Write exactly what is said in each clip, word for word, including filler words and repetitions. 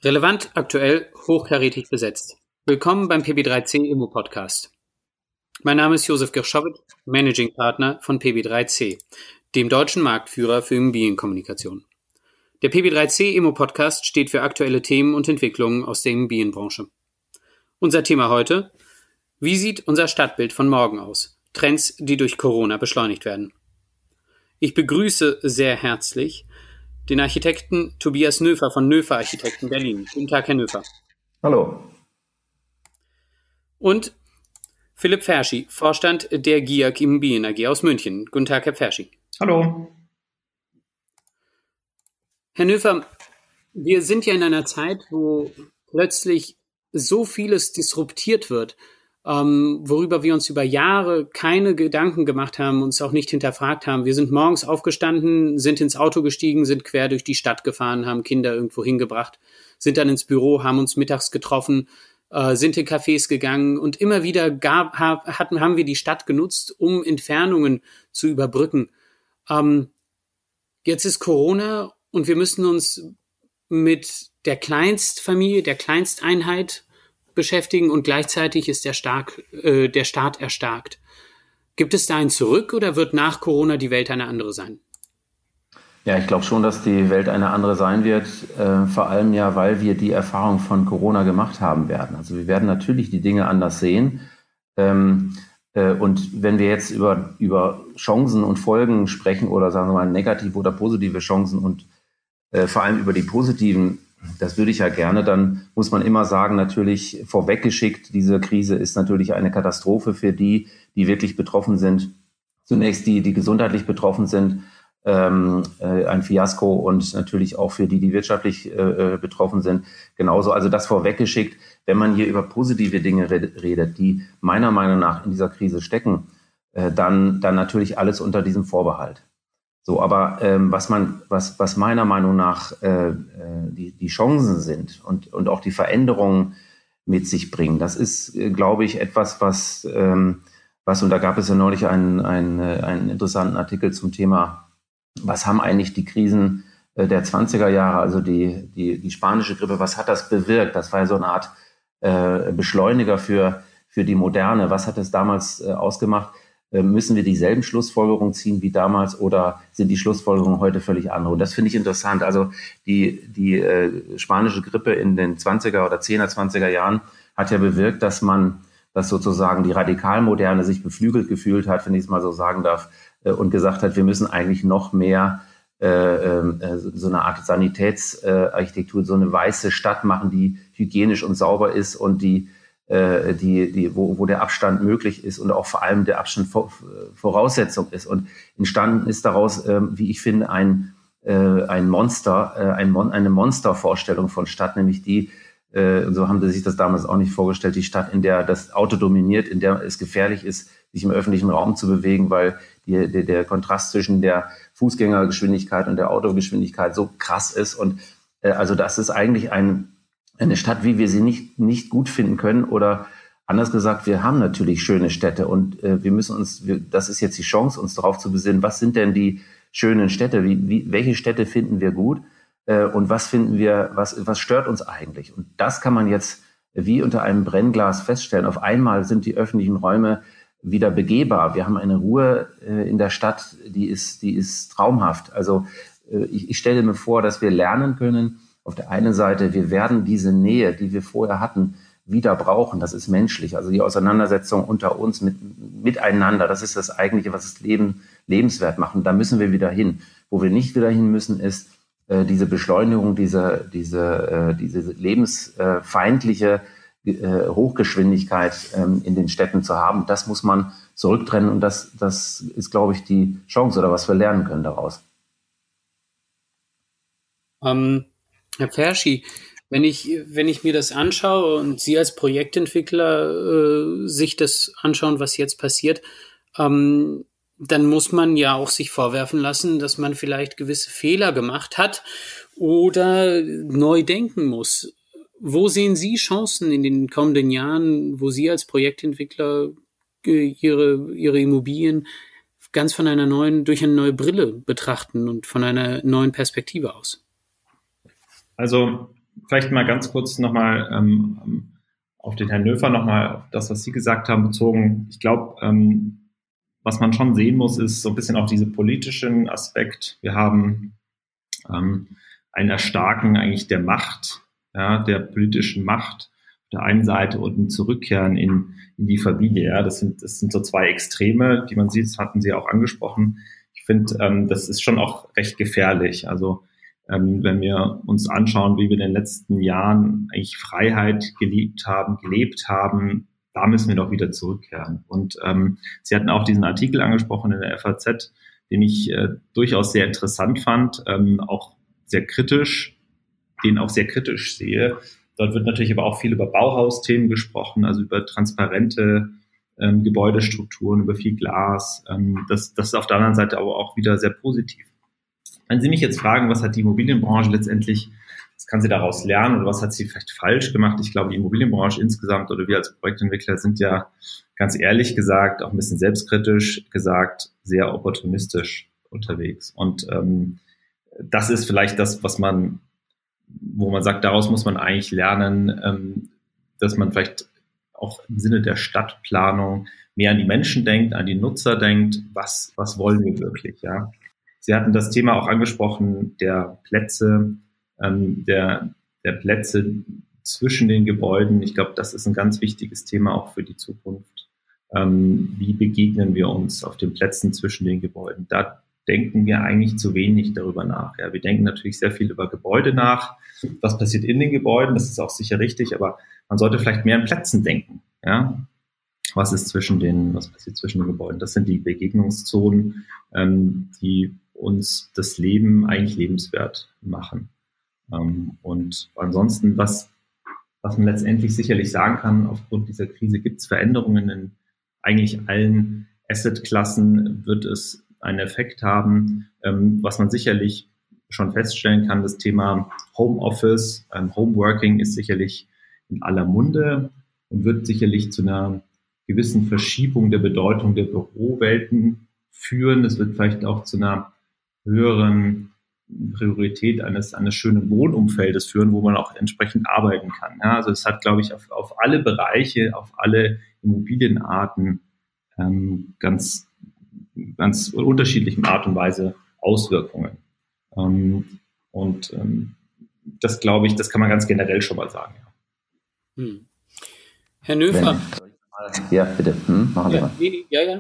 Relevant, aktuell, hochkarätig besetzt. Willkommen beim P B drei C Immo Podcast. Mein Name ist Josef Gerschowitz, Managing Partner von P B drei C, dem deutschen Marktführer für Immobilienkommunikation. Der P B drei C Immo Podcast steht für aktuelle Themen und Entwicklungen aus der Immobilienbranche. Unser Thema heute: Wie sieht unser Stadtbild von morgen aus? Trends, die durch Corona beschleunigt werden. Ich begrüße sehr herzlich den Architekten Tobias Nöfer von Nöfer Architekten Berlin. Guten Tag, Herr Nöfer. Hallo. Und Philipp Ferschi, Vorstand der G I A C Immobilien A G aus München. Guten Tag, Herr Ferschi. Hallo. Herr Nöfer, wir sind ja in einer Zeit, wo plötzlich so vieles disruptiert wird, ähm, worüber wir uns über Jahre keine Gedanken gemacht haben, uns auch nicht hinterfragt haben. Wir sind morgens aufgestanden, sind ins Auto gestiegen, sind quer durch die Stadt gefahren, haben Kinder irgendwo hingebracht, sind dann ins Büro, haben uns mittags getroffen, äh, sind in Cafés gegangen und immer wieder gab, hab, hatten, haben wir die Stadt genutzt, um Entfernungen zu überbrücken. Ähm, jetzt ist Corona und wir müssen uns mit der Kleinstfamilie, der Kleinsteinheit beschäftigen und gleichzeitig ist der, stark, äh, der Staat erstarkt. Gibt es da ein Zurück oder wird nach Corona die Welt eine andere sein? Ja, ich glaube schon, dass die Welt eine andere sein wird, äh, vor allem ja, weil wir die Erfahrung von Corona gemacht haben werden. Also wir werden natürlich die Dinge anders sehen. Ähm, äh, und wenn wir jetzt über, über Chancen und Folgen sprechen oder sagen wir mal negative oder positive Chancen und äh, vor allem über die positiven, das würde ich ja gerne, dann muss man immer sagen, natürlich vorweggeschickt, diese Krise ist natürlich eine Katastrophe für die, die wirklich betroffen sind. Zunächst die, die gesundheitlich betroffen sind, ähm, äh, ein Fiasko und natürlich auch für die, die wirtschaftlich äh, betroffen sind. Genauso, also das vorweggeschickt, wenn man hier über positive Dinge redet, die meiner Meinung nach in dieser Krise stecken, äh, dann, dann natürlich alles unter diesem Vorbehalt. So, aber ähm, was man, was, was meiner Meinung nach äh, die, die Chancen sind und, und auch die Veränderungen mit sich bringen, das ist, äh, glaube ich, etwas, was, ähm, was, und da gab es ja neulich einen, einen, einen interessanten Artikel zum Thema, was haben eigentlich die Krisen äh, der zwanziger Jahre, also die, die, die spanische Grippe, was hat das bewirkt? Das war ja so eine Art äh, Beschleuniger für, für die Moderne. Was hat es damals äh, ausgemacht? Müssen wir dieselben Schlussfolgerungen ziehen wie damals oder sind die Schlussfolgerungen heute völlig andere? Und das finde ich interessant. Also die, die äh, spanische Grippe in den zwanziger oder zehner, zwanziger Jahren hat ja bewirkt, dass man, dass sozusagen die Radikalmoderne sich beflügelt gefühlt hat, wenn ich es mal so sagen darf, äh, und gesagt hat, wir müssen eigentlich noch mehr äh, äh, so eine Art Sanitätsarchitektur, äh, so eine weiße Stadt machen, die hygienisch und sauber ist und die die, die, wo, wo der Abstand möglich ist und auch vor allem der Abstand Voraussetzung ist. Und entstanden ist daraus, wie ich finde, ein, ein Monster, ein Mon- eine Monstervorstellung von Stadt, nämlich die, und so haben sie sich das damals auch nicht vorgestellt, die Stadt, in der das Auto dominiert, in der es gefährlich ist, sich im öffentlichen Raum zu bewegen, weil die, der, der Kontrast zwischen der Fußgängergeschwindigkeit und der Autogeschwindigkeit so krass ist. Und also das ist eigentlich ein eine Stadt, wie wir sie nicht, nicht gut finden können, oder anders gesagt, wir haben natürlich schöne Städte und äh, wir müssen uns, wir, das ist jetzt die Chance, uns darauf zu besinnen, was sind denn die schönen Städte, wie, wie, welche Städte finden wir gut äh, und was finden wir, was, was stört uns eigentlich? Und das kann man jetzt wie unter einem Brennglas feststellen. Auf einmal sind die öffentlichen Räume wieder begehbar. Wir haben eine Ruhe äh, in der Stadt, die ist, die ist traumhaft. Also äh, ich, ich stelle mir vor, dass wir lernen können, auf der einen Seite, wir werden diese Nähe, die wir vorher hatten, wieder brauchen. Das ist menschlich. Also die Auseinandersetzung unter uns mit, miteinander, das ist das Eigentliche, was das Leben lebenswert macht. Und da müssen wir wieder hin. Wo wir nicht wieder hin müssen, ist äh, diese Beschleunigung, diese, diese, äh, diese lebensfeindliche äh, Hochgeschwindigkeit ähm, in den Städten zu haben. Das muss man zurücktrennen. Und das, das ist, glaube ich, die Chance oder was wir lernen können daraus. Ähm Herr Ferschi, wenn ich, wenn ich mir das anschaue und Sie als Projektentwickler äh, sich das anschauen, was jetzt passiert, ähm, dann muss man ja auch sich vorwerfen lassen, dass man vielleicht gewisse Fehler gemacht hat oder neu denken muss. Wo sehen Sie Chancen in den kommenden Jahren, wo Sie als Projektentwickler äh, Ihre, Ihre Immobilien ganz von einer neuen, durch eine neue Brille betrachten und von einer neuen Perspektive aus? Also vielleicht mal ganz kurz nochmal ähm, auf den Herrn Nöfer nochmal, auf das, was Sie gesagt haben, bezogen. Ich glaube, ähm, was man schon sehen muss, ist so ein bisschen auch dieser politischen Aspekt. Wir haben ähm, ein Erstarken eigentlich der Macht, ja, der politischen Macht auf der einen Seite und ein Zurückkehren in, in die Familie. Ja. Das sind, das sind so zwei Extreme, die man sieht, das hatten Sie auch angesprochen. Ich finde, ähm, das ist schon auch recht gefährlich. Also ähm, wenn wir uns anschauen, wie wir in den letzten Jahren eigentlich Freiheit gelebt haben, gelebt haben, da müssen wir doch wieder zurückkehren. Und ähm, Sie hatten auch diesen Artikel angesprochen in der F A Z, den ich äh, durchaus sehr interessant fand, ähm, auch sehr kritisch, den auch sehr kritisch sehe. Dort wird natürlich aber auch viel über Bauhausthemen gesprochen, also über transparente ähm, Gebäudestrukturen, über viel Glas. Ähm, das, das ist auf der anderen Seite aber auch wieder sehr positiv. Wenn Sie mich jetzt fragen, was hat die Immobilienbranche letztendlich, was kann sie daraus lernen oder was hat sie vielleicht falsch gemacht? Ich glaube, die Immobilienbranche insgesamt oder wir als Projektentwickler sind ja ganz ehrlich gesagt, auch ein bisschen selbstkritisch gesagt, sehr opportunistisch unterwegs. Und ähm, das ist vielleicht das, was man, wo man sagt, daraus muss man eigentlich lernen, ähm, dass man vielleicht auch im Sinne der Stadtplanung mehr an die Menschen denkt, an die Nutzer denkt, was, was wollen wir wirklich, ja. Sie hatten das Thema auch angesprochen, der Plätze, ähm, der, der Plätze zwischen den Gebäuden. Ich glaube, das ist ein ganz wichtiges Thema auch für die Zukunft. Ähm, wie begegnen wir uns auf den Plätzen zwischen den Gebäuden? Da denken wir eigentlich zu wenig darüber nach. Ja, wir denken natürlich sehr viel über Gebäude nach. Was passiert in den Gebäuden? Das ist auch sicher richtig, aber man sollte vielleicht mehr an Plätzen denken. Ja, was ist zwischen den, was passiert zwischen den Gebäuden? Das sind die Begegnungszonen, ähm, die uns das Leben eigentlich lebenswert machen. Ähm, und ansonsten, was, was man letztendlich sicherlich sagen kann, aufgrund dieser Krise gibt es Veränderungen in eigentlich allen Assetklassen, wird es einen Effekt haben. Ähm, was man sicherlich schon feststellen kann, das Thema Homeoffice, ähm, Homeworking ist sicherlich in aller Munde und wird sicherlich zu einer gewissen Verschiebung der Bedeutung der Bürowelten führen. Es wird vielleicht auch zu einer höheren Priorität eines, eines schönen Wohnumfeldes führen, wo man auch entsprechend arbeiten kann. Ja, also es hat, glaube ich, auf, auf alle Bereiche, auf alle Immobilienarten ähm, ganz, ganz unterschiedlichen Art und Weise Auswirkungen. Ähm, und ähm, das, glaube ich, das kann man ganz generell schon mal sagen. Ja. Hm. Herr Nöfer. Ja, bitte. Hm, machen Sie ja, mal. Ja, ja.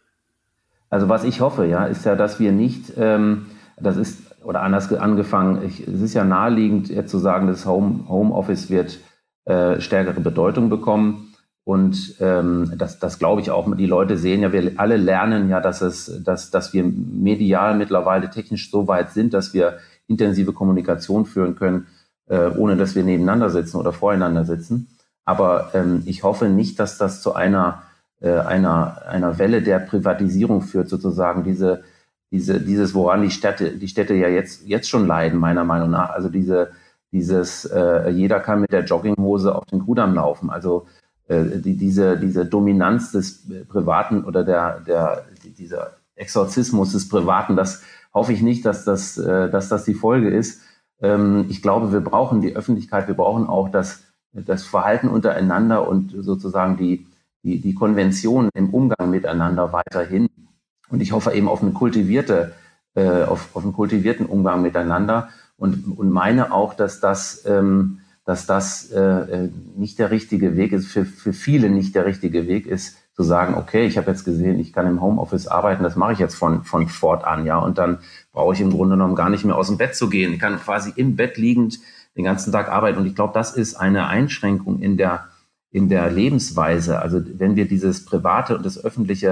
Also was ich hoffe, ja, ist ja, dass wir nicht, ähm, das ist, oder anders angefangen, ich, es ist ja naheliegend, jetzt zu sagen, das Home, Homeoffice wird äh, stärkere Bedeutung bekommen. Und ähm, das, das glaube ich auch, die Leute sehen ja, wir alle lernen ja, dass es, dass, dass wir medial mittlerweile technisch so weit sind, dass wir intensive Kommunikation führen können, äh, ohne dass wir nebeneinander sitzen oder voreinander sitzen. Aber ähm, ich hoffe nicht, dass das zu einer einer, einer Welle der Privatisierung führt, sozusagen diese, diese, dieses, woran die Städte, die Städte ja jetzt, jetzt schon leiden, meiner Meinung nach. Also diese, dieses, äh, jeder kann mit der Jogginghose auf den Kudamm laufen. Also äh, die, diese, diese Dominanz des Privaten oder der, der, dieser Exorzismus des Privaten, das hoffe ich nicht, dass das, äh, dass das die Folge ist. Ähm, ich glaube, wir brauchen die Öffentlichkeit, wir brauchen auch das, das Verhalten untereinander und sozusagen die Die, die Konvention im Umgang miteinander weiterhin. Und ich hoffe eben auf eine kultivierte, äh, auf, auf einen kultivierten Umgang miteinander und, und meine auch, dass das, ähm, dass das äh, nicht der richtige Weg ist, für, für viele nicht der richtige Weg ist, zu sagen, okay, ich habe jetzt gesehen, ich kann im Homeoffice arbeiten, das mache ich jetzt von, von fortan, ja, und dann brauche ich im Grunde genommen gar nicht mehr aus dem Bett zu gehen. Ich kann quasi im Bett liegend den ganzen Tag arbeiten. Und ich glaube, das ist eine Einschränkung in der in der Lebensweise, also wenn wir dieses Private und das Öffentliche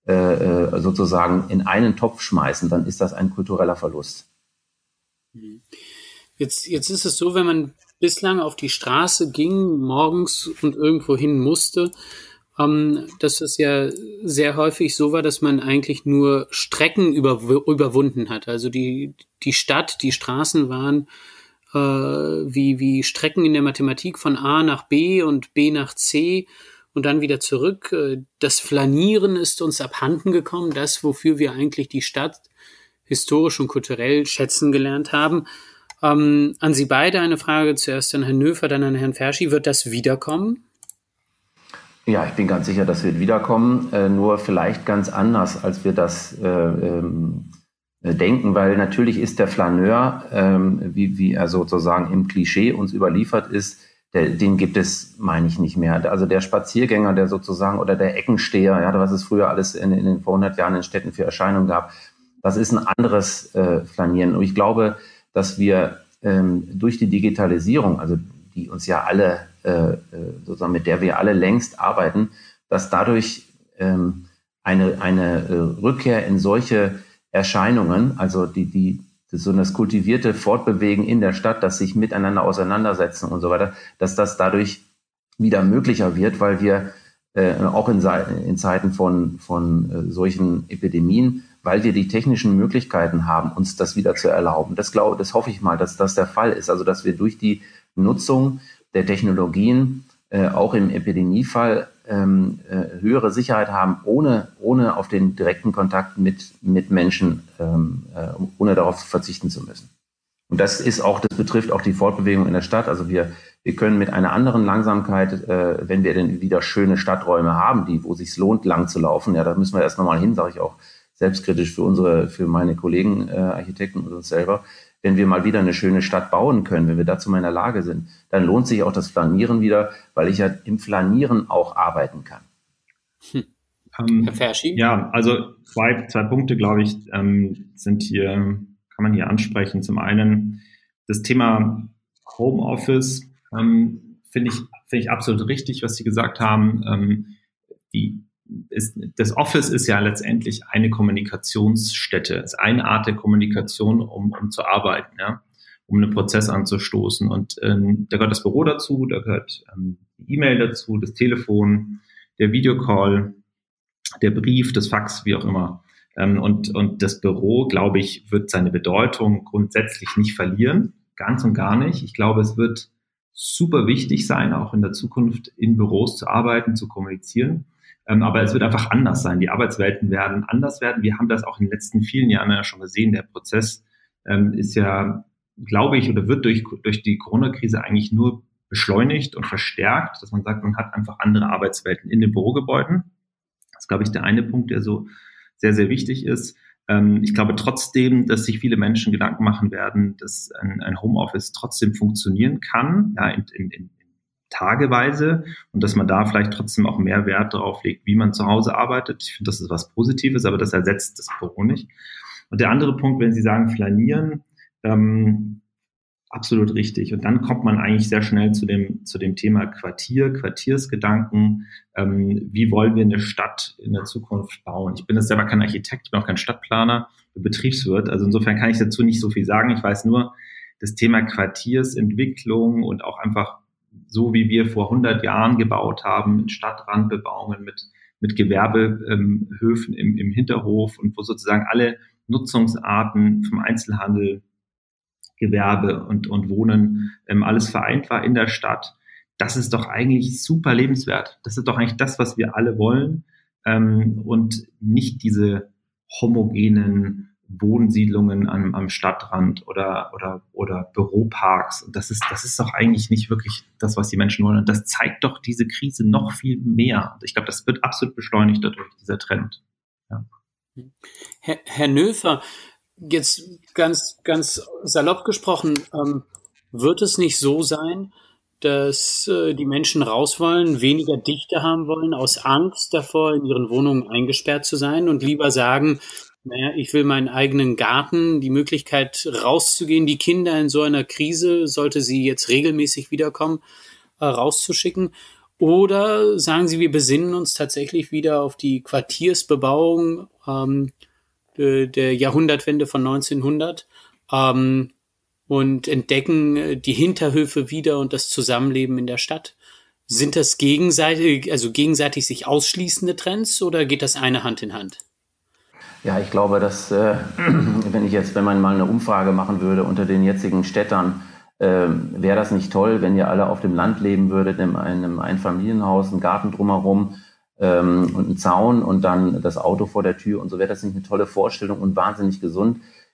äh, sozusagen in einen Topf schmeißen, dann ist das ein kultureller Verlust. Jetzt, jetzt ist es so, wenn man bislang auf die Straße ging, morgens und irgendwo hin musste, ähm, dass es ja sehr häufig so war, dass man eigentlich nur Strecken über, überwunden hat. Also die, die Stadt, die Straßen waren wie, wie Strecken in der Mathematik von A nach B und B nach C und dann wieder zurück. Das Flanieren ist uns abhanden gekommen, das, wofür wir eigentlich die Stadt historisch und kulturell schätzen gelernt haben. Ähm, an Sie beide eine Frage, zuerst an Herrn Nöfer, dann an Herrn Ferschi. Wird das wiederkommen? Ja, ich bin ganz sicher, das wird wiederkommen, äh, nur vielleicht ganz anders, als wir das äh, ähm, denken, weil natürlich ist der Flaneur, ähm, wie, wie er sozusagen im Klischee uns überliefert ist, der, den gibt es, meine ich, nicht mehr. Also der Spaziergänger, der sozusagen, oder der Eckensteher, ja, was es früher alles in, in den vor hundert Jahren in Städten für Erscheinungen gab, das ist ein anderes äh, Flanieren. Und ich glaube, dass wir ähm, durch die Digitalisierung, also die uns ja alle, äh, sozusagen mit der wir alle längst arbeiten, dass dadurch ähm, eine, eine äh, Rückkehr in solche Erscheinungen, also die, die, so das kultivierte Fortbewegen in der Stadt, das sich miteinander auseinandersetzen und so weiter, dass das dadurch wieder möglicher wird, weil wir äh, auch in, in Zeiten von, von äh, solchen Epidemien, weil wir die technischen Möglichkeiten haben, uns das wieder zu erlauben. Das glaube, das hoffe ich mal, dass das der Fall ist. Also, dass wir durch die Nutzung der Technologien äh, auch im Epidemiefall ähm, äh, höhere Sicherheit haben, ohne, ohne auf den direkten Kontakt mit, mit Menschen, ähm, äh, ohne darauf verzichten zu müssen. Und das ist auch, das betrifft auch die Fortbewegung in der Stadt. Also wir, wir können mit einer anderen Langsamkeit, äh, wenn wir denn wieder schöne Stadträume haben, die, wo es sich lohnt, lang zu laufen, ja, da müssen wir erst nochmal hin, sage ich auch selbstkritisch für unsere, für meine Kollegen, äh, Architekten und uns selber. Wenn wir mal wieder eine schöne Stadt bauen können, wenn wir dazu mal in der Lage sind, dann lohnt sich auch das Flanieren wieder, weil ich ja im Flanieren auch arbeiten kann. Hm. Ähm, Herr Ferschi? Ja, also zwei, zwei Punkte, glaube ich, ähm, sind hier, kann man hier ansprechen. Zum einen das Thema Homeoffice, ähm, finde ich, finde ich absolut richtig, was Sie gesagt haben. Ähm, die Ist, das Office ist ja letztendlich eine Kommunikationsstätte, es ist eine Art der Kommunikation, um, um zu arbeiten, ja, um einen Prozess anzustoßen. Und ähm, da gehört das Büro dazu, da gehört ähm, die E-Mail dazu, das Telefon, der Videocall, der Brief, das Fax, wie auch immer. Ähm, und, und das Büro, glaube ich, wird seine Bedeutung grundsätzlich nicht verlieren, ganz und gar nicht. Ich glaube, es wird super wichtig sein, auch in der Zukunft in Büros zu arbeiten, zu kommunizieren. Aber es wird einfach anders sein. Die Arbeitswelten werden anders werden. Wir haben das auch in den letzten vielen Jahren ja schon gesehen. Der Prozess ähm, ist ja, glaube ich, oder wird durch, durch die Corona-Krise eigentlich nur beschleunigt und verstärkt, dass man sagt, man hat einfach andere Arbeitswelten in den Bürogebäuden. Das ist, glaube ich, der eine Punkt, der so sehr, sehr wichtig ist. Ähm, ich glaube trotzdem, dass sich viele Menschen Gedanken machen werden, dass ein, ein Homeoffice trotzdem funktionieren kann, ja, in, in, in tageweise, und dass man da vielleicht trotzdem auch mehr Wert darauf legt, wie man zu Hause arbeitet. Ich finde, das ist was Positives, aber das ersetzt das Büro nicht. Und der andere Punkt, wenn Sie sagen flanieren, ähm, absolut richtig. Und dann kommt man eigentlich sehr schnell zu dem, zu dem Thema Quartier, Quartiersgedanken. Ähm, wie wollen wir eine Stadt in der Zukunft bauen? Ich bin jetzt selber kein Architekt, ich bin auch kein Stadtplaner, Betriebswirt. Also insofern kann ich dazu nicht so viel sagen. Ich weiß nur, das Thema Quartiersentwicklung und auch einfach so wie wir vor hundert Jahren gebaut haben, mit Stadtrandbebauungen, mit, mit Gewerbehöfen ähm, im, im Hinterhof und wo sozusagen alle Nutzungsarten vom Einzelhandel, Gewerbe und, und Wohnen ähm, alles vereint war in der Stadt. Das ist doch eigentlich super lebenswert. Das ist doch eigentlich das, was wir alle wollen, ähm, und nicht diese homogenen Wohnsiedlungen am, am Stadtrand oder, oder, oder Büroparks. Und das ist, das ist doch eigentlich nicht wirklich das, was die Menschen wollen. Und das zeigt doch diese Krise noch viel mehr. Und ich glaube, das wird absolut beschleunigt dadurch, dieser Trend. Ja. Herr, Herr Nöfer, jetzt ganz, ganz salopp gesprochen, ähm, wird es nicht so sein, dass äh, die Menschen raus wollen, weniger Dichte haben wollen, aus Angst davor, in ihren Wohnungen eingesperrt zu sein und lieber sagen, naja, ich will meinen eigenen Garten, die Möglichkeit rauszugehen, die Kinder in so einer Krise, sollte sie jetzt regelmäßig wiederkommen, äh, rauszuschicken? Oder sagen Sie, wir besinnen uns tatsächlich wieder auf die Quartiersbebauung ähm, de, der Jahrhundertwende von neunzehnhundert ähm, und entdecken die Hinterhöfe wieder und das Zusammenleben in der Stadt? Sind das gegenseitig, also gegenseitig sich ausschließende Trends oder geht das eine Hand in Hand? Ja, ich glaube, dass, äh, wenn ich jetzt, wenn man mal eine Umfrage machen würde unter den jetzigen Städtern, äh, wäre das nicht toll, wenn ihr alle auf dem Land leben würdet, in einem Einfamilienhaus, einen Garten drumherum ähm, und einen Zaun und dann das Auto vor der Tür und so, wäre das nicht eine tolle Vorstellung und wahnsinnig gesund.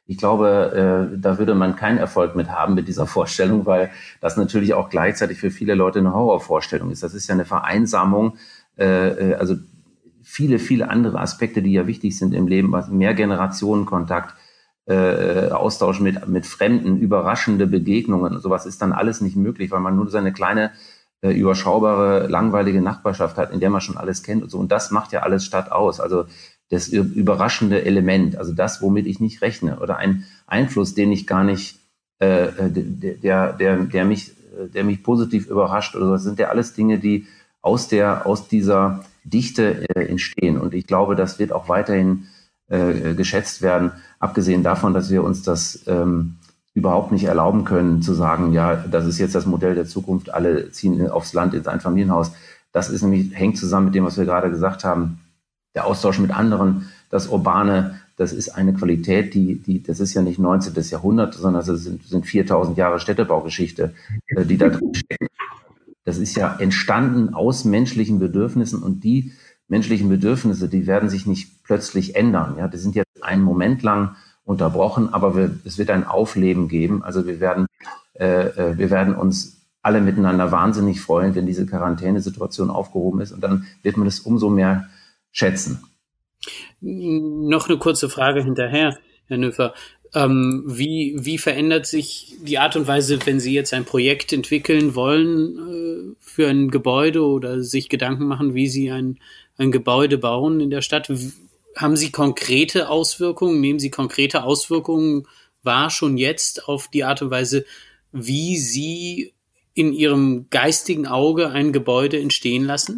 Ich glaube, äh, da würde man keinen Erfolg mit haben mit dieser Vorstellung, weil das natürlich auch gleichzeitig für viele Leute eine Horrorvorstellung ist. Das ist ja eine Vereinsamung, äh, also viele, viele andere Aspekte, die ja wichtig sind im Leben, mehr Generationenkontakt, äh, Austausch mit, mit Fremden, überraschende Begegnungen, sowas ist dann alles nicht möglich, weil man nur seine kleine, äh, überschaubare, langweilige Nachbarschaft hat, in der man schon alles kennt und so. Und das macht ja alles Stadt aus. Also das überraschende Element, also das, womit ich nicht rechne, oder ein Einfluss, den ich gar nicht, äh, der, der, der mich, der mich positiv überrascht oder so. Das sind ja alles Dinge, die aus der, aus dieser Dichte äh, entstehen. Und ich glaube, das wird auch weiterhin äh, geschätzt werden, abgesehen davon, dass wir uns das ähm, überhaupt nicht erlauben können, zu sagen, ja, das ist jetzt das Modell der Zukunft, alle ziehen aufs Land ins Einfamilienhaus. Das ist nämlich, hängt zusammen mit dem, was wir gerade gesagt haben. Der Austausch mit anderen, das Urbane, das ist eine Qualität, die, die, das ist ja nicht neunzehnten. Jahrhundert, sondern es sind, sind viertausend Jahre Städtebaugeschichte, äh, die da drin stecken. Das ist ja entstanden aus menschlichen Bedürfnissen, und die menschlichen Bedürfnisse, die werden sich nicht plötzlich ändern. Ja, die sind jetzt einen Moment lang unterbrochen, aber wir, es wird ein Aufleben geben. Also wir werden, äh, wir werden uns alle miteinander wahnsinnig freuen, wenn diese Quarantänesituation aufgehoben ist, und dann wird man es umso mehr schätzen. Noch eine kurze Frage hinterher, Herr Nöfer. Ähm, wie, wie verändert sich die Art und Weise, wenn Sie jetzt ein Projekt entwickeln wollen äh, für ein Gebäude oder sich Gedanken machen, wie Sie ein, ein Gebäude bauen in der Stadt? Haben Sie konkrete Auswirkungen? Nehmen Sie konkrete Auswirkungen wahr schon jetzt auf die Art und Weise, wie Sie in Ihrem geistigen Auge ein Gebäude entstehen lassen?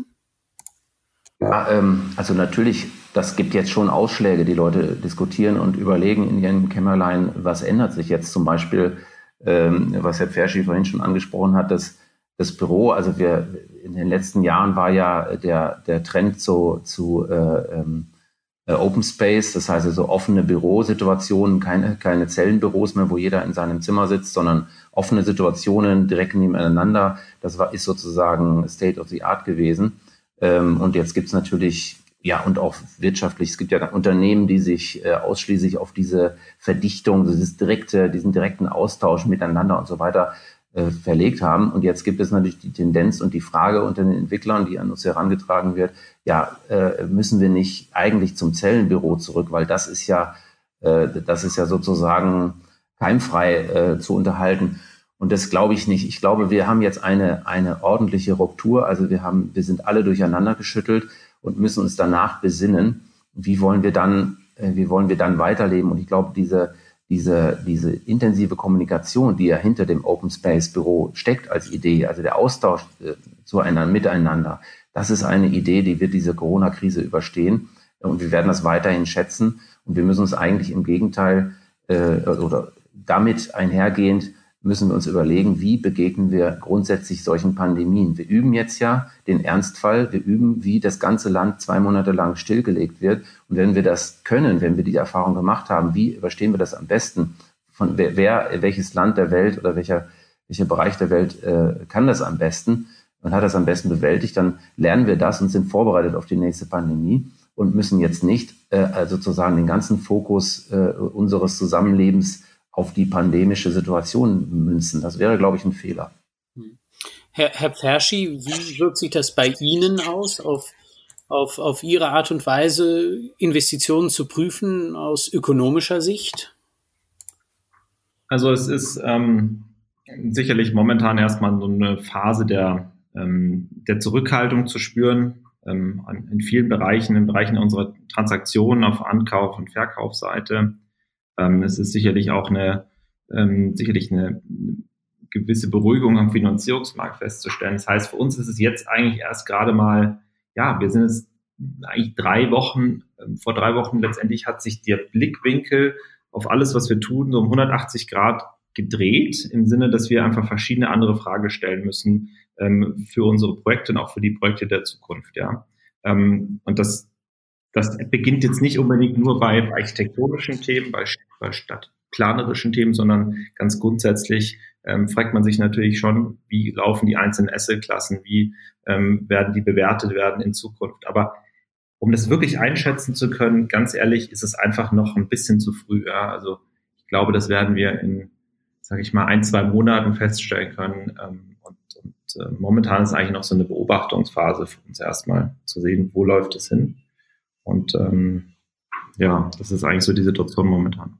Ja, ähm, also natürlich, das gibt jetzt schon Ausschläge. Die Leute diskutieren und überlegen in ihrem Kämmerlein, was ändert sich jetzt zum Beispiel, ähm, was Herr Pferschi vorhin schon angesprochen hat, das, das Büro. Also wir in den letzten Jahren war ja der, der Trend zu, zu äh, ähm, Open Space, das heißt also offene Bürosituationen, keine, keine Zellenbüros mehr, wo jeder in seinem Zimmer sitzt, sondern offene Situationen direkt nebeneinander. Das war, ist sozusagen State of the Art gewesen. Ähm, und jetzt gibt's natürlich, ja, und auch wirtschaftlich, es gibt ja Unternehmen, die sich äh, ausschließlich auf diese Verdichtung, dieses direkte, diesen direkten Austausch miteinander und so weiter äh, verlegt haben. Und jetzt gibt es natürlich die Tendenz und die Frage unter den Entwicklern, die an uns herangetragen wird, ja, äh, müssen wir nicht eigentlich zum Zellenbüro zurück, weil das ist ja, äh, das ist ja sozusagen keimfrei äh, zu unterhalten. Und das glaube ich nicht. Ich glaube, wir haben jetzt eine, eine ordentliche Ruptur. Also wir haben, wir sind alle durcheinander geschüttelt und müssen uns danach besinnen, wie wollen wir dann, äh, wie wollen wir dann weiterleben? Und ich glaube, diese, diese, diese intensive Kommunikation, die ja hinter dem Open Space Büro steckt als Idee, also der Austausch äh, zueinander, miteinander, das ist eine Idee, die wird diese Corona-Krise überstehen. Und wir werden das weiterhin schätzen. Und wir müssen uns eigentlich im Gegenteil, äh, oder damit einhergehend, müssen wir uns überlegen, wie begegnen wir grundsätzlich solchen Pandemien. Wir üben jetzt ja den Ernstfall, wir üben, wie das ganze Land zwei Monate lang stillgelegt wird. Und wenn wir das können, wenn wir die Erfahrung gemacht haben, wie überstehen wir das am besten? Von wer, wer welches Land der Welt oder welcher, welcher Bereich der Welt äh, kann das am besten und hat das am besten bewältigt, dann lernen wir das und sind vorbereitet auf die nächste Pandemie und müssen jetzt nicht äh, sozusagen den ganzen Fokus äh, unseres Zusammenlebens auf die pandemische Situation münzen. Das wäre, glaube ich, ein Fehler. Herr, Herr Pferschi, wie wirkt sich das bei Ihnen aus, auf, auf, auf Ihre Art und Weise, Investitionen zu prüfen aus ökonomischer Sicht? Also es ist ähm, sicherlich momentan erstmal so eine Phase der, ähm, der Zurückhaltung zu spüren, ähm, in vielen Bereichen, in Bereichen unserer Transaktionen auf Ankauf- und Verkaufsseite. Ähm, es ist sicherlich auch eine, ähm, sicherlich eine gewisse Beruhigung am Finanzierungsmarkt festzustellen. Das heißt, für uns ist es jetzt eigentlich erst gerade mal, ja, wir sind jetzt eigentlich drei Wochen, ähm, vor drei Wochen letztendlich hat sich der Blickwinkel auf alles, was wir tun, so um hundertachtzig Grad gedreht, im Sinne, dass wir einfach verschiedene andere Fragen stellen müssen ähm, für unsere Projekte und auch für die Projekte der Zukunft. Ja, ähm, und das Das beginnt jetzt nicht unbedingt nur bei architektonischen Themen, bei, bei stadtplanerischen Themen, sondern ganz grundsätzlich ähm, fragt man sich natürlich schon, wie laufen die einzelnen Assetklassen, wie ähm, werden die bewertet werden in Zukunft. Aber um das wirklich einschätzen zu können, ganz ehrlich, ist es einfach noch ein bisschen zu früh. Ja? Also ich glaube, das werden wir in, sage ich mal, ein, zwei Monaten feststellen können. Ähm, und und äh, momentan ist eigentlich noch so eine Beobachtungsphase für uns erstmal zu sehen, wo läuft es hin. Und ähm, ja, das ist eigentlich so die Situation momentan.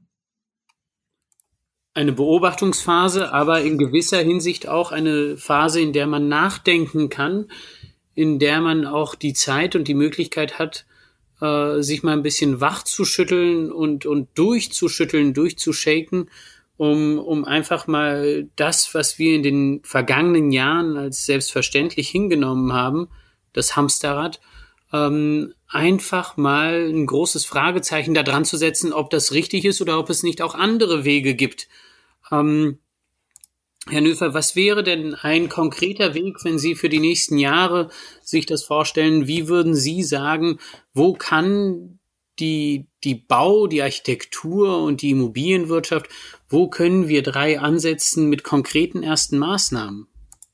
Eine Beobachtungsphase, aber in gewisser Hinsicht auch eine Phase, in der man nachdenken kann, in der man auch die Zeit und die Möglichkeit hat, äh, sich mal ein bisschen wach zu schütteln und, und durchzuschütteln, durchzushaken, um, um einfach mal das, was wir in den vergangenen Jahren als selbstverständlich hingenommen haben, das Hamsterrad, ähm, einfach mal ein großes Fragezeichen da dran zu setzen, ob das richtig ist oder ob es nicht auch andere Wege gibt. Ähm, Herr Noefer, was wäre denn ein konkreter Weg, wenn Sie für die nächsten Jahre sich das vorstellen? Wie würden Sie sagen, wo kann die, die Bau, die Architektur und die Immobilienwirtschaft, wo können wir drei ansetzen mit konkreten ersten Maßnahmen?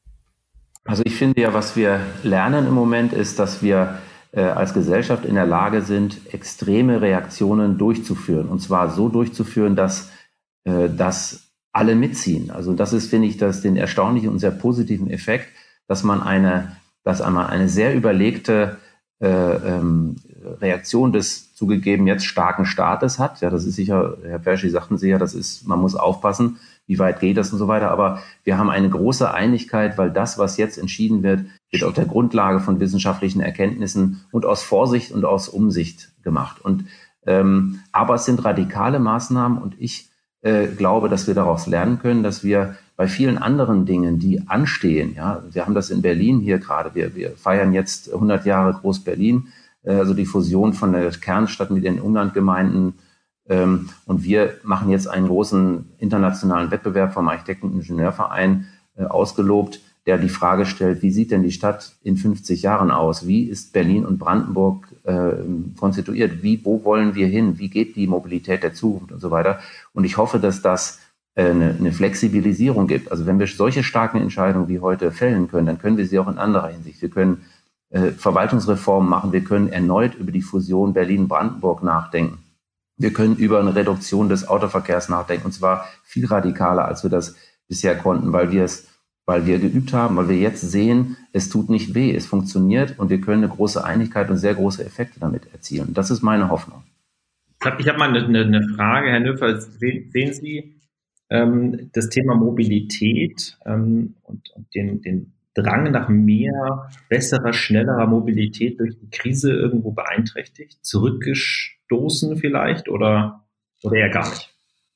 Also ich finde ja, was wir lernen im Moment ist, dass wir äh, als Gesellschaft in der Lage sind, extreme Reaktionen durchzuführen. Und zwar so durchzuführen, dass äh, das alle mitziehen. Also das ist, finde ich, das den erstaunlichen und sehr positiven Effekt, dass man eine, dass einmal eine sehr überlegte äh, ähm, Reaktion des zugegeben jetzt starken Staates hat. Ja, das ist sicher, Herr Perschi, sagten Sie ja, das ist, man muss aufpassen, wie weit geht das und so weiter. Aber wir haben eine große Einigkeit, weil das, was jetzt entschieden wird, wird auf der Grundlage von wissenschaftlichen Erkenntnissen und aus Vorsicht und aus Umsicht gemacht. Und ähm, aber es sind radikale Maßnahmen und ich äh, glaube, dass wir daraus lernen können, dass wir bei vielen anderen Dingen, die anstehen, ja, wir haben das in Berlin hier gerade, wir, wir feiern jetzt hundert Jahre Groß-Berlin, äh, also die Fusion von der Kernstadt mit den Umlandgemeinden, ähm, und wir machen jetzt einen großen internationalen Wettbewerb vom Architekten- und Ingenieurverein äh, ausgelobt, der die Frage stellt, wie sieht denn die Stadt in fünfzig Jahren aus? Wie ist Berlin und Brandenburg äh, konstituiert? Wie, wo wollen wir hin? Wie geht die Mobilität der Zukunft und so weiter? Und ich hoffe, dass das äh, eine, eine Flexibilisierung gibt. Also wenn wir solche starken Entscheidungen wie heute fällen können, dann können wir sie auch in anderer Hinsicht. Wir können äh, Verwaltungsreformen machen. Wir können erneut über die Fusion Berlin-Brandenburg nachdenken. Wir können über eine Reduktion des Autoverkehrs nachdenken. Und zwar viel radikaler, als wir das bisher konnten, weil wir es weil wir geübt haben, weil wir jetzt sehen, es tut nicht weh, es funktioniert und wir können eine große Einigkeit und sehr große Effekte damit erzielen. Das ist meine Hoffnung. Ich habe hab mal eine, eine Frage, Herr Noefer. Sehen, sehen Sie ähm, das Thema Mobilität ähm, und, und den, den Drang nach mehr, besserer, schnellerer Mobilität durch die Krise irgendwo beeinträchtigt, zurückgestoßen vielleicht oder, oder eher gar nicht?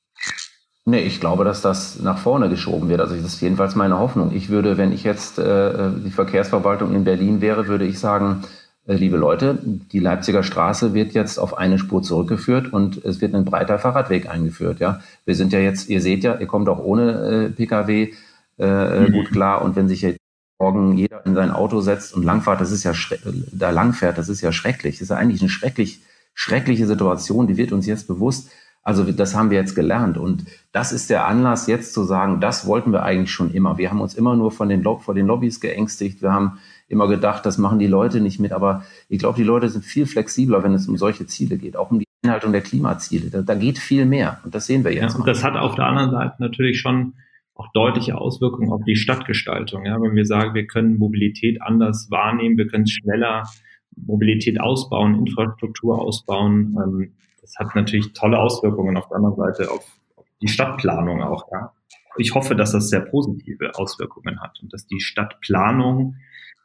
Nee, ich glaube, dass das nach vorne geschoben wird. Also das ist jedenfalls meine Hoffnung. Ich würde, wenn ich jetzt äh, die Verkehrsverwaltung in Berlin wäre, würde ich sagen, äh, liebe Leute, die Leipziger Straße wird jetzt auf eine Spur zurückgeführt und es wird ein breiter Fahrradweg eingeführt. Ja, wir sind ja jetzt, ihr seht ja, ihr kommt auch ohne äh, Pkw äh, gut klar. Und wenn sich jetzt morgen jeder in sein Auto setzt und langfahrt, das ist ja da langfährt, das ist ja schrecklich. Das ist ja eigentlich eine schrecklich schreckliche Situation. Die wird uns jetzt bewusst. Also das haben wir jetzt gelernt und das ist der Anlass, jetzt zu sagen, das wollten wir eigentlich schon immer. Wir haben uns immer nur von den Lob- vor den Lobbys geängstigt. Wir haben immer gedacht, das machen die Leute nicht mit. Aber ich glaube, die Leute sind viel flexibler, wenn es um solche Ziele geht, auch um die Einhaltung der Klimaziele. Da, da geht viel mehr und das sehen wir jetzt. Ja, und das hat auf der anderen Seite natürlich schon auch deutliche Auswirkungen auf die Stadtgestaltung. Ja, wenn wir sagen, wir können Mobilität anders wahrnehmen, wir können schneller Mobilität ausbauen, Infrastruktur ausbauen. Ähm, Das hat natürlich tolle Auswirkungen auf der anderen Seite auf, auf die Stadtplanung auch. Ja. Ich hoffe, dass das sehr positive Auswirkungen hat und dass die Stadtplanung,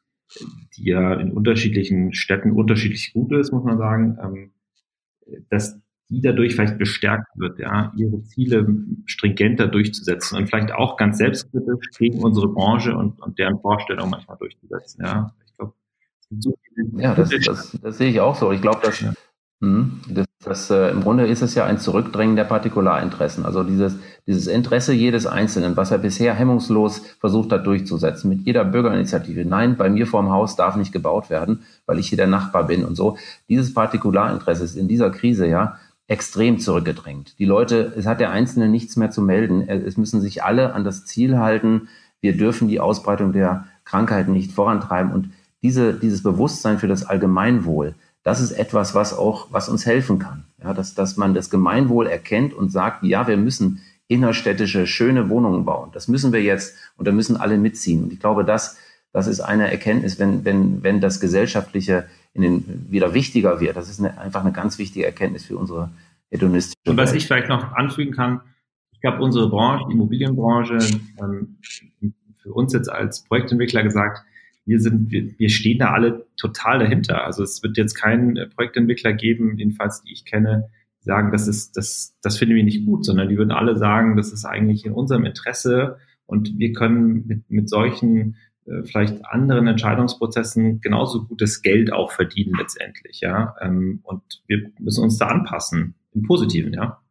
die ja in unterschiedlichen Städten unterschiedlich gut ist, muss man sagen, ähm, dass die dadurch vielleicht bestärkt wird, ja, ihre Ziele stringenter durchzusetzen und vielleicht auch ganz selbstkritisch gegen unsere Branche und, und deren Vorstellungen manchmal durchzusetzen. Ja. Ich glaube, es gibt so viele. Ja, das, das, das sehe ich auch so. Ich glaube, dass ja. Das, das, äh, im Grunde ist es ja ein Zurückdrängen der Partikularinteressen. Also dieses, dieses Interesse jedes Einzelnen, was er bisher hemmungslos versucht hat durchzusetzen, mit jeder Bürgerinitiative. Nein, bei mir vorm Haus darf nicht gebaut werden, weil ich hier der Nachbar bin und so. Dieses Partikularinteresse ist in dieser Krise ja extrem zurückgedrängt. Die Leute, es hat der Einzelne nichts mehr zu melden. Es müssen sich alle an das Ziel halten. Wir dürfen die Ausbreitung der Krankheiten nicht vorantreiben. Und diese, dieses Bewusstsein für das Allgemeinwohl, das ist etwas, was auch, was uns helfen kann. Ja, dass, dass man das Gemeinwohl erkennt und sagt, ja, wir müssen innerstädtische, schöne Wohnungen bauen. Das müssen wir jetzt und da müssen alle mitziehen. Und ich glaube, das, das ist eine Erkenntnis, wenn, wenn, wenn das Gesellschaftliche in den, wieder wichtiger wird. Das ist eine, einfach eine ganz wichtige Erkenntnis für unsere hedonistische Und was Welt. ich vielleicht noch anfügen kann, ich glaube, unsere Branche, die Immobilienbranche, ähm, für uns jetzt als Projektentwickler gesagt, wir sind, wir, wir stehen da alle total dahinter. Also es wird jetzt keinen Projektentwickler geben, jedenfalls die ich kenne, die sagen, das ist, das, das finden wir nicht gut, sondern die würden alle sagen, das ist eigentlich in unserem Interesse und wir können mit, mit solchen äh, vielleicht anderen Entscheidungsprozessen genauso gutes Geld auch verdienen letztendlich, ja. Ähm, und wir müssen uns da anpassen, im Positiven, ja.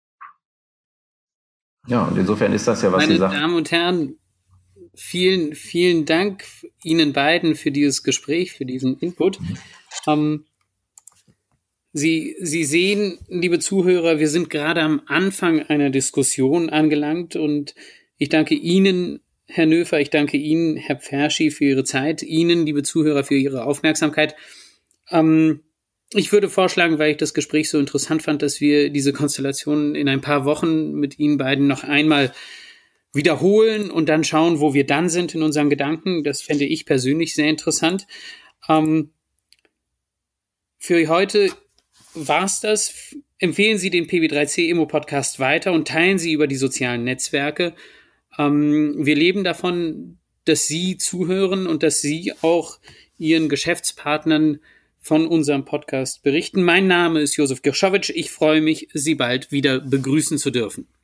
Ja, und insofern ist das ja, was Meine Sie sagen. Damen und Herren, vielen, vielen Dank Ihnen beiden für dieses Gespräch, für diesen Input. Ähm, Sie, Sie sehen, liebe Zuhörer, wir sind gerade am Anfang einer Diskussion angelangt und ich danke Ihnen, Herr Noefer, ich danke Ihnen, Herr Pferschi, für Ihre Zeit, Ihnen, liebe Zuhörer, für Ihre Aufmerksamkeit. Ähm, ich würde vorschlagen, weil ich das Gespräch so interessant fand, dass wir diese Konstellation in ein paar Wochen mit Ihnen beiden noch einmal wiederholen und dann schauen, wo wir dann sind in unseren Gedanken. Das fände ich persönlich sehr interessant. Ähm, für heute war's das. Empfehlen Sie den P W drei C Immo Podcast weiter und teilen Sie über die sozialen Netzwerke. Ähm, wir leben davon, dass Sie zuhören und dass Sie auch Ihren Geschäftspartnern von unserem Podcast berichten. Mein Name ist Josef Girschowitsch. Ich freue mich, Sie bald wieder begrüßen zu dürfen.